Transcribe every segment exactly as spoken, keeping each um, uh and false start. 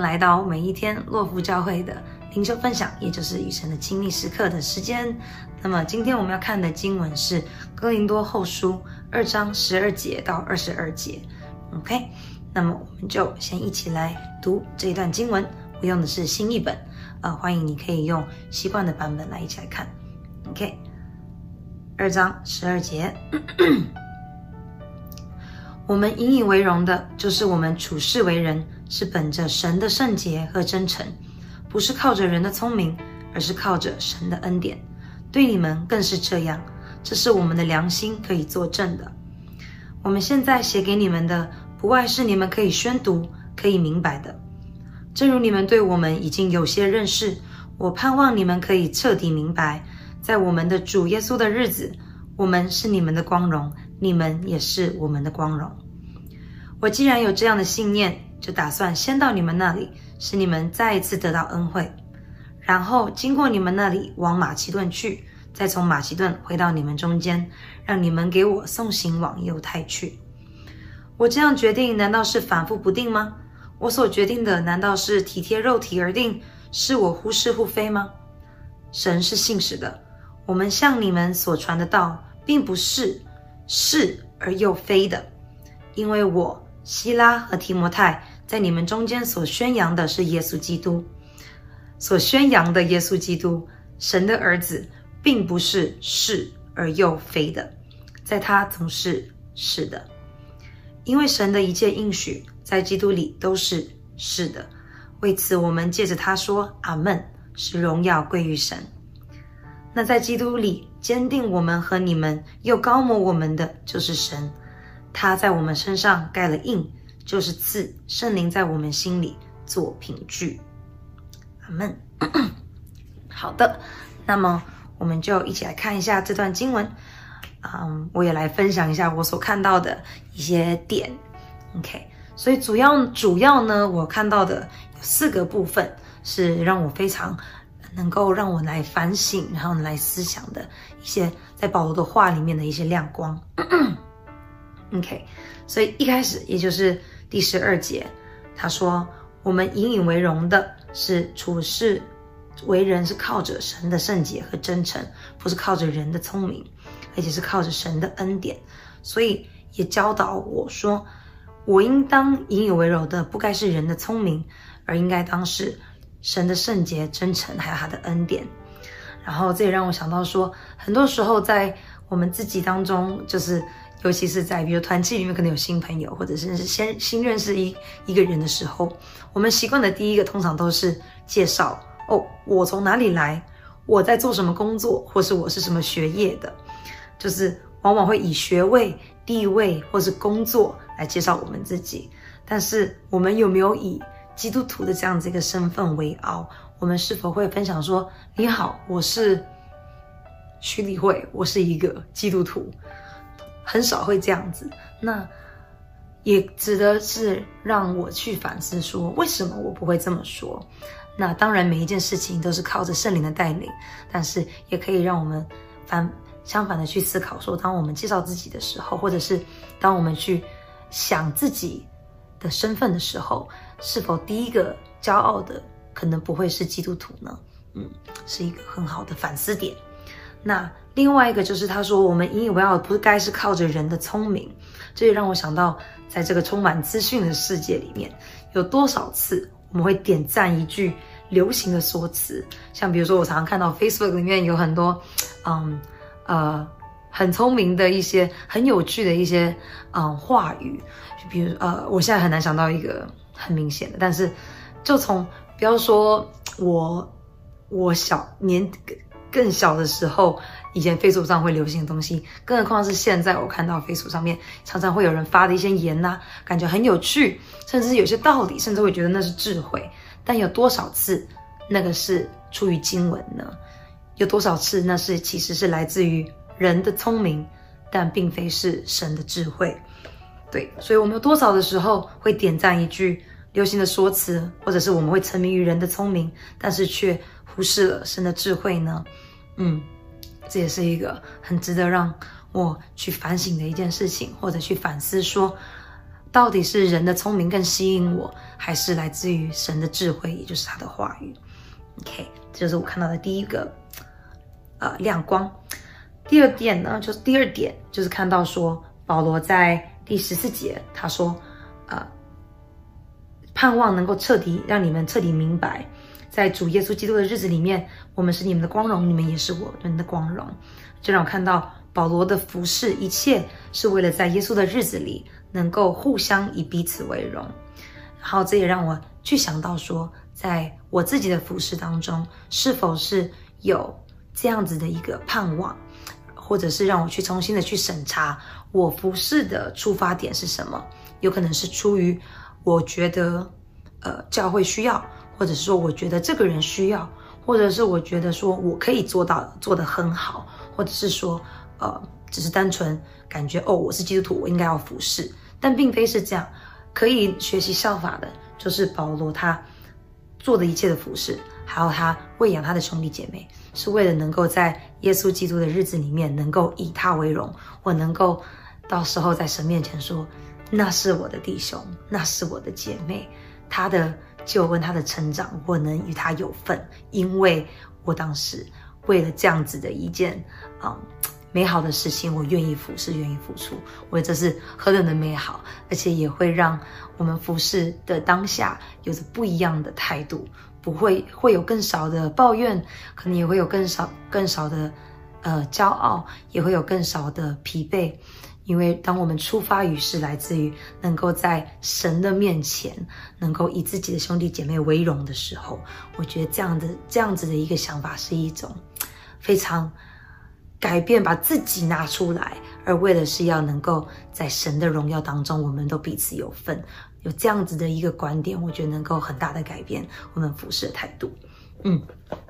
来到每一天洛福教会的灵修分享，也就是与神的亲密时刻的时间。那么今天我们要看的经文是哥林多后书二章十二节到二十二节。OK， 那么我们就先一起来读这一段经文。我用的是新译本，呃，欢迎你可以用习惯的版本来一起来看。OK， 二章十二节。我们引以为荣的，就是我们处世为人，是本着神的圣洁和真诚，不是靠着人的聪明，而是靠着神的恩典。对你们更是这样，这是我们的良心可以作证的。我们现在写给你们的，不外是你们可以宣读、可以明白的。正如你们对我们已经有些认识，我盼望你们可以彻底明白，在我们的主耶稣的日子，我们是你们的光荣，你们也是我们的光荣。我既然有这样的信念，就打算先到你们那里，使你们再一次得到恩惠，然后经过你们那里往马其顿去，再从马其顿回到你们中间，让你们给我送行往犹太去。我这样决定，难道是反复不定吗？我所决定的，难道是体贴肉体而定，是我忽是忽非吗？神是信实的，我们向你们所传的道，并不是是而又非的，因为我希拉和提摩太在你们中间所宣扬的是耶稣基督，所宣扬的耶稣基督，神的儿子，并不是是而又非的，在他总是是的。因为神的一切应许在基督里都是是的，为此我们借着他说阿们，使荣耀归于神。那在基督里坚定我们和你们又高摩我们的就是神，他在我们身上盖了印，就是赐圣灵在我们心里做凭据。阿们。好的，那么我们就一起来看一下这段经文。嗯，我也来分享一下我所看到的一些点。OK， 所以主要主要呢，我看到的有四个部分是让我非常能够让我来反省，然后来思想的一些在保罗的话里面的一些亮光。OK， 所以一开始也就是第十二节，他说我们引以为荣的是处世为人是靠着神的圣洁和真诚，不是靠着人的聪明，而且是靠着神的恩典。所以也教导我说，我应当引以为荣的不该是人的聪明，而应该当是神的圣洁、真诚还有他的恩典。然后这也让我想到说，很多时候在我们自己当中，就是尤其是在比如团契里面可能有新朋友，或者是先新认识一一个人的时候，我们习惯的第一个通常都是介绍哦，我从哪里来，我在做什么工作，或是我是什么学业的，就是往往会以学位、地位或是工作来介绍我们自己。但是我们有没有以基督徒的这样子一个身份为傲？我们是否会分享说，你好，我是徐理慧，我是一个基督徒？很少会这样子。那也指的是让我去反思说，为什么我不会这么说？那当然每一件事情都是靠着圣灵的带领，但是也可以让我们反相反的去思考说，当我们介绍自己的时候，或者是当我们去想自己的身份的时候，是否第一个骄傲的可能不会是基督徒呢？嗯，是一个很好的反思点。那另外一个就是他说，我们引以为傲的不该是靠着人的聪明。这也让我想到，在这个充满资讯的世界里面，有多少次我们会点赞一句流行的说辞，像比如说我常常看到 Facebook 里面有很多嗯呃很聪明的一些很有趣的一些嗯话语，就比如呃我现在很难想到一个很明显的，但是就从不要说我我小年更小的时候，以前 Facebook 上会流行的东西，更何况是现在我看到 Facebook 上面常常会有人发的一些言啊，感觉很有趣，甚至有些道理，甚至会觉得那是智慧。但有多少次那个是出于经文呢？有多少次那是其实是来自于人的聪明，但并非是神的智慧？对，所以我们有多少的时候会点赞一句流行的说辞，或者是我们会沉迷于人的聪明，但是却忽视了神的智慧呢？嗯，这也是一个很值得让我去反省的一件事情，或者去反思说， 到底是人的聪明更吸引我，还是来自于神的智慧，也就是他的话语。 OK， 这就是我看到的第一个呃亮光。第二点呢，就是第二点就是看到说保罗在第十四节他说呃盼望能够彻底让你们彻底明白，在主耶稣基督的日子里面，我们是你们的光荣，你们也是我们的光荣。就让我看到保罗的服事一切是为了在耶稣的日子里能够互相以彼此为荣。然后这也让我去想到说，在我自己的服事当中，是否是有这样子的一个盼望，或者是让我去重新的去审查我服事的出发点是什么。有可能是出于我觉得呃教会需要，或者是说我觉得这个人需要，或者是我觉得说我可以做到做得很好，或者是说呃只是单纯感觉哦我是基督徒，我应该要服事。但并非是这样，可以学习效法的就是保罗他做的一切的服事，还有他喂养他的兄弟姐妹，是为了能够在耶稣基督的日子里面能够以他为荣，我能够到时候在神面前说，那是我的弟兄，那是我的姐妹，他的救恩，他的成长，我能与他有份，因为我当时为了这样子的一件嗯美好的事情，我愿意服侍，愿意付出。我觉得这是何等的美好，而且也会让我们服侍的当下有着不一样的态度，不会会有更少的抱怨，可能也会有更少更少的呃骄傲，也会有更少的疲惫。因为当我们出发于是来自于能够在神的面前能够以自己的兄弟姐妹为荣的时候，我觉得这样的这样子的一个想法是一种非常改变，把自己拿出来，而为了是要能够在神的荣耀当中我们都彼此有份。有这样子的一个观点，我觉得能够很大的改变我们服事的态度。嗯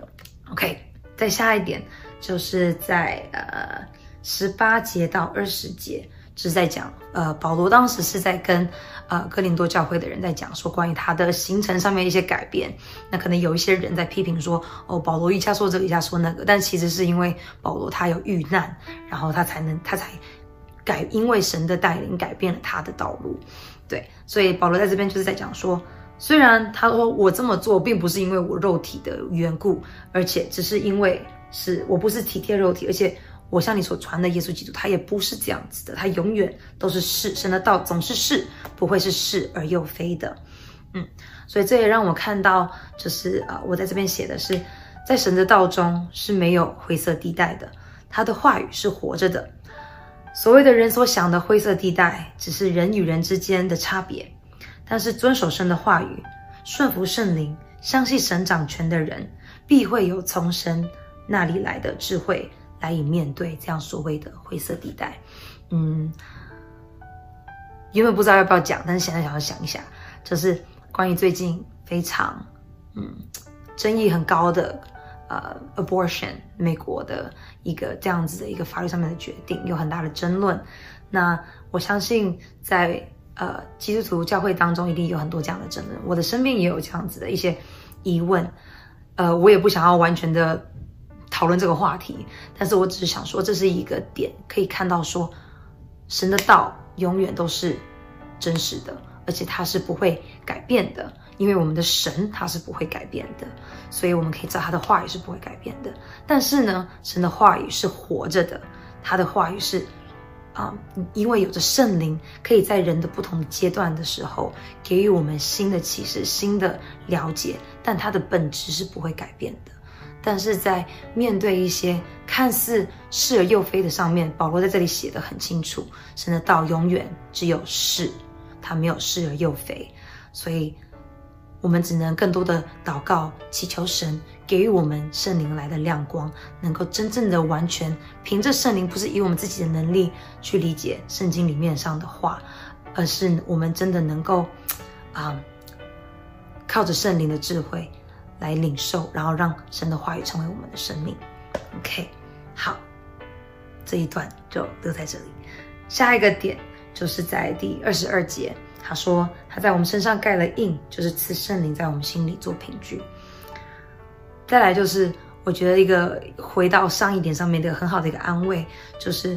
OK， 再下一点就是在呃十八节到二十节是在讲呃保罗当时是在跟呃哥林多教会的人在讲说关于他的行程上面一些改变。那可能有一些人在批评说，哦保罗一下说这个一下说那个，但其实是因为保罗他有遇难，然后他才能他才改因为神的带领改变了他的道路。对，所以保罗在这边就是在讲说，虽然他说我这么做并不是因为我肉体的缘故，而且只是因为是我不是体贴肉体，而且我向你所传的耶稣基督他也不是这样子的，他永远都是是，神的道总是是，不会是是而又非的。嗯，所以这也让我看到，就是呃，我在这边写的是，在神的道中是没有灰色地带的，他的话语是活着的。所谓的人所想的灰色地带，只是人与人之间的差别。但是遵守神的话语，顺服圣灵，相信神掌权的人，必会有从神那里来的智慧，来以面对这样所谓的灰色地带。嗯，原本不知道要不要讲，但是现在想要想一下，就是关于最近非常嗯争议很高的呃 abortion 美国的一个这样子的一个法律上面的决定，有很大的争论。那我相信在呃基督徒教会当中一定有很多这样的争论，我的身边也有这样子的一些疑问。呃，我也不想要完全的讨论这个话题，但是我只是想说，这是一个点，可以看到说，神的道永远都是真实的，而且它是不会改变的，因为我们的神他是不会改变的，所以我们可以知道他的话语是不会改变的。但是呢，神的话语是活着的，他的话语是啊、嗯，因为有着圣灵，可以在人的不同的阶段的时候，给予我们新的启示、新的了解，但它的本质是不会改变的。但是在面对一些看似是而又非的上面，保罗在这里写得很清楚，神的道永远只有是，他没有是而又非。所以我们只能更多的祷告，祈求神给予我们圣灵来的亮光，能够真正的完全凭着圣灵，不是以我们自己的能力去理解圣经里面上的话，而是我们真的能够啊、嗯，靠着圣灵的智慧来领受，然后让神的话语成为我们的生命。 OK， 好，这一段就留在这里。下一个点就是在第二十二节，他说他在我们身上盖了印，就是赐圣灵在我们心里做凭据。再来就是我觉得一个回到上一点上面的很好的一个安慰，就是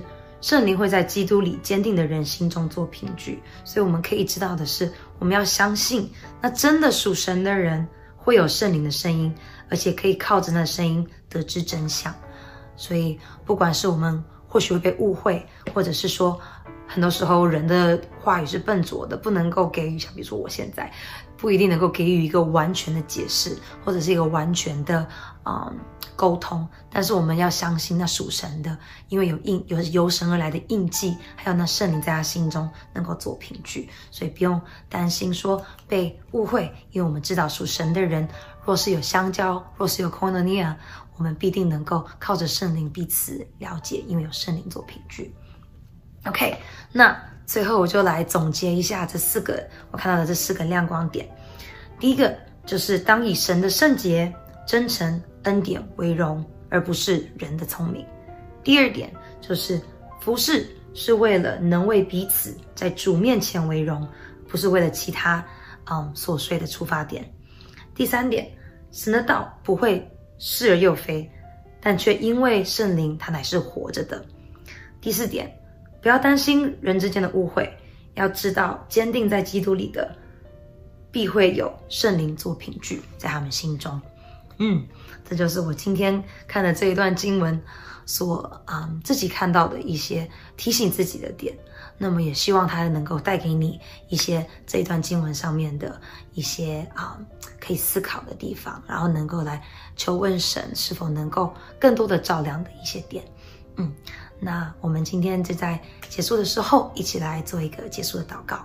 圣灵会在基督里坚定的人心中做凭据。所以我们可以知道的是，我们要相信那真的属神的人会有圣灵的声音，而且可以靠着那声音得知真相。所以不管是我们或许会被误会，或者是说很多时候人的话语是笨拙的，不能够给予，像比如说我现在不一定能够给予一个完全的解释，或者是一个完全的嗯沟通，但是我们要相信那属神的，因为有印有由神而来的印记，还有那圣灵在他心中能够做凭据，所以不用担心说被误会，因为我们知道属神的人若是有相交，若是有 koinonia， 我们必定能够靠着圣灵彼此了解，因为有圣灵做凭据。OK， 那最后我就来总结一下这四个我看到的这四个亮光点。第一个就是当以神的圣洁、真诚、恩典为荣，而不是人的聪明。第二点就是服事是为了能为彼此在主面前为荣，不是为了其他嗯琐碎的出发点。第三点，神的道不会是而又非，但却因为圣灵它乃是活着的。第四点，不要担心人之间的误会，要知道坚定在基督里的必会有圣灵做凭据在他们心中。嗯，这就是我今天看的这一段经文所嗯自己看到的一些提醒自己的点。那么也希望它能够带给你一些这一段经文上面的一些啊、嗯、可以思考的地方，然后能够来求问神是否能够更多的照亮的一些点。嗯，那我们今天就在结束的时候一起来做一个结束的祷告。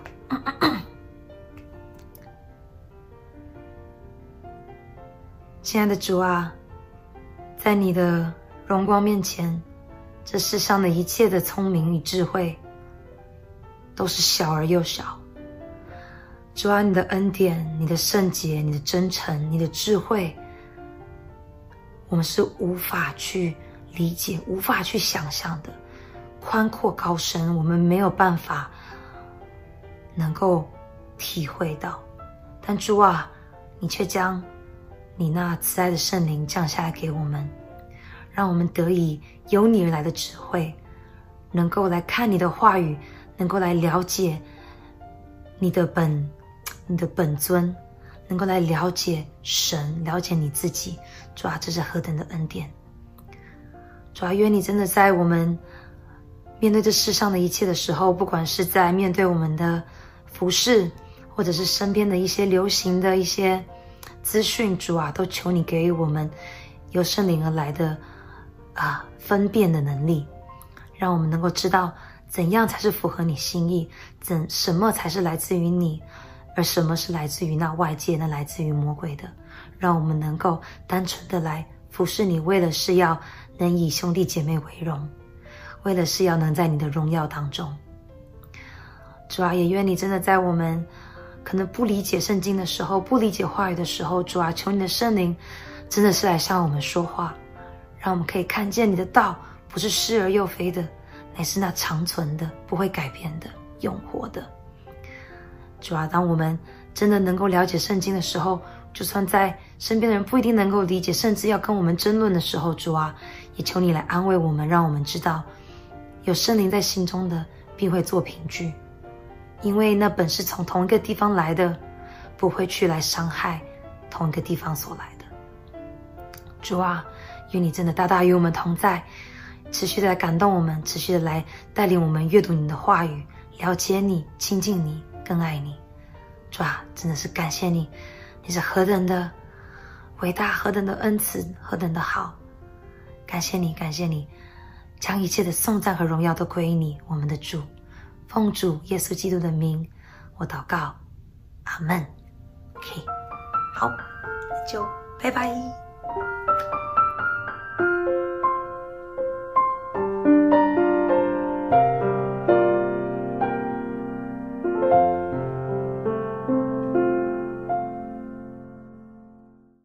亲爱的主啊，在你的荣光面前，这世上的一切的聪明与智慧都是小而又小。主啊，你的恩典、你的圣洁、你的真诚、你的智慧，我们是无法去理解、无法去想象的。宽阔高深，我们没有办法能够体会到。但主啊，你却将你那慈爱的圣灵降下来给我们，让我们得以由你而来的智慧，能够来看你的话语，能够来了解你的本你的本尊，能够来了解神，了解你自己。主啊，这是何等的恩典。主啊，愿你真的在我们面对这世上的一切的时候，不管是在面对我们的服事，或者是身边的一些流行的一些资讯，主啊，都求你给予我们由圣灵而来的啊分辨的能力，让我们能够知道怎样才是符合你心意，怎什么才是来自于你，而什么是来自于那外界，那来自于魔鬼的。让我们能够单纯的来服侍你，为了是要能以兄弟姐妹为荣，为了是要能在你的荣耀当中。主啊，也愿你真的在我们可能不理解圣经的时候，不理解话语的时候，主啊，求你的圣灵真的是来向我们说话，让我们可以看见你的道不是是而又非的，乃是那长存的、不会改变的、永活的。主啊，当我们真的能够了解圣经的时候，就算在身边的人不一定能够理解，甚至要跟我们争论的时候，主啊，也求你来安慰我们，让我们知道有圣灵在心中的必会做凭据，因为那本是从同一个地方来的，不会去来伤害同一个地方所来的。主啊，愿你真的大大与我们同在，持续的来感动我们，持续的来带领我们阅读你的话语，了解你，亲近你，更爱你。主啊，真的是感谢你，你是何等的伟大，何等的恩慈，何等的好。感谢你，感谢你，将一切的颂赞和荣耀都归于你，我们的主。奉主耶稣基督的名，我祷告，阿们。OK， 好，那就拜拜。